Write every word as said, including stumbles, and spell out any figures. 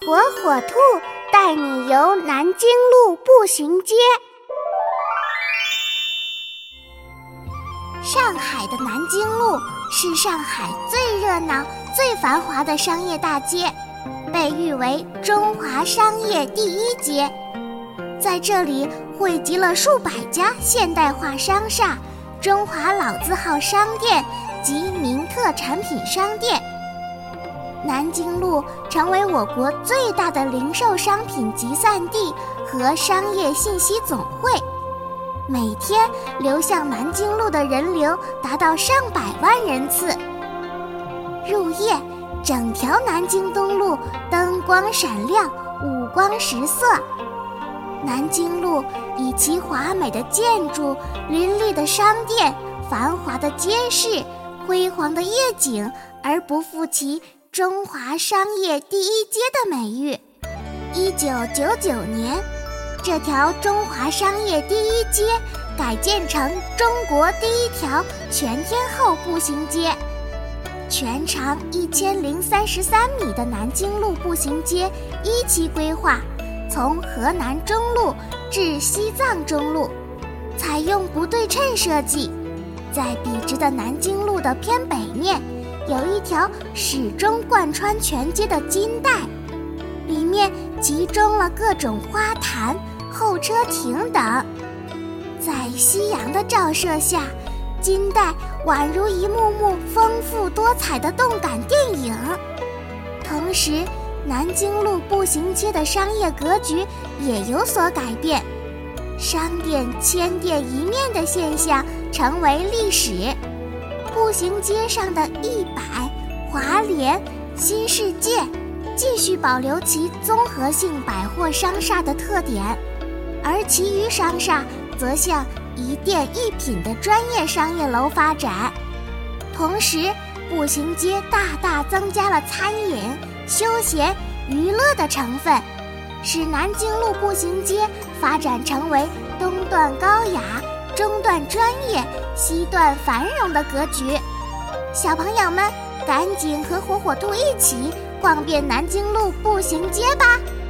火火兔带你游南京路步行街。上海的南京路是上海最热闹、最繁华的商业大街，被誉为中华商业第一街。在这里汇集了数百家现代化商厦、中华老字号商店及名特产品商店。南京路成为我国最大的零售商品集散地和商业信息总会，每天流向南京路的人流达到上百万人次。入夜，整条南京东路灯光闪亮，五光十色。南京路以其华美的建筑、林立的商店、繁华的街市、辉煌的夜景而不负其中华商业第一街的美誉。一九九九年，这条中华商业第一街改建成中国第一条全天候步行街。全长一千零三十三米的南京路步行街一期规划，从河南中路至西藏中路，采用不对称设计。在笔直的南京路的偏北面，有一条始终贯穿全街的金带，里面集中了各种花坛、候车亭等。在夕阳的照射下，金带宛如一幕幕丰富多彩的动感电影。同时，南京路步行街的商业格局也有所改变，商店千店一面的现象成为历史。步行街上的一百、华联、新世界继续保留其综合性百货商厦的特点，而其余商厦则向一店一品的专业商业楼发展。同时，步行街大大增加了餐饮、休闲、娱乐的成分，使南京路步行街发展成为东段高雅、中段专业、西段繁荣的格局。小朋友们，赶紧和火火兔一起逛遍南京路步行街吧！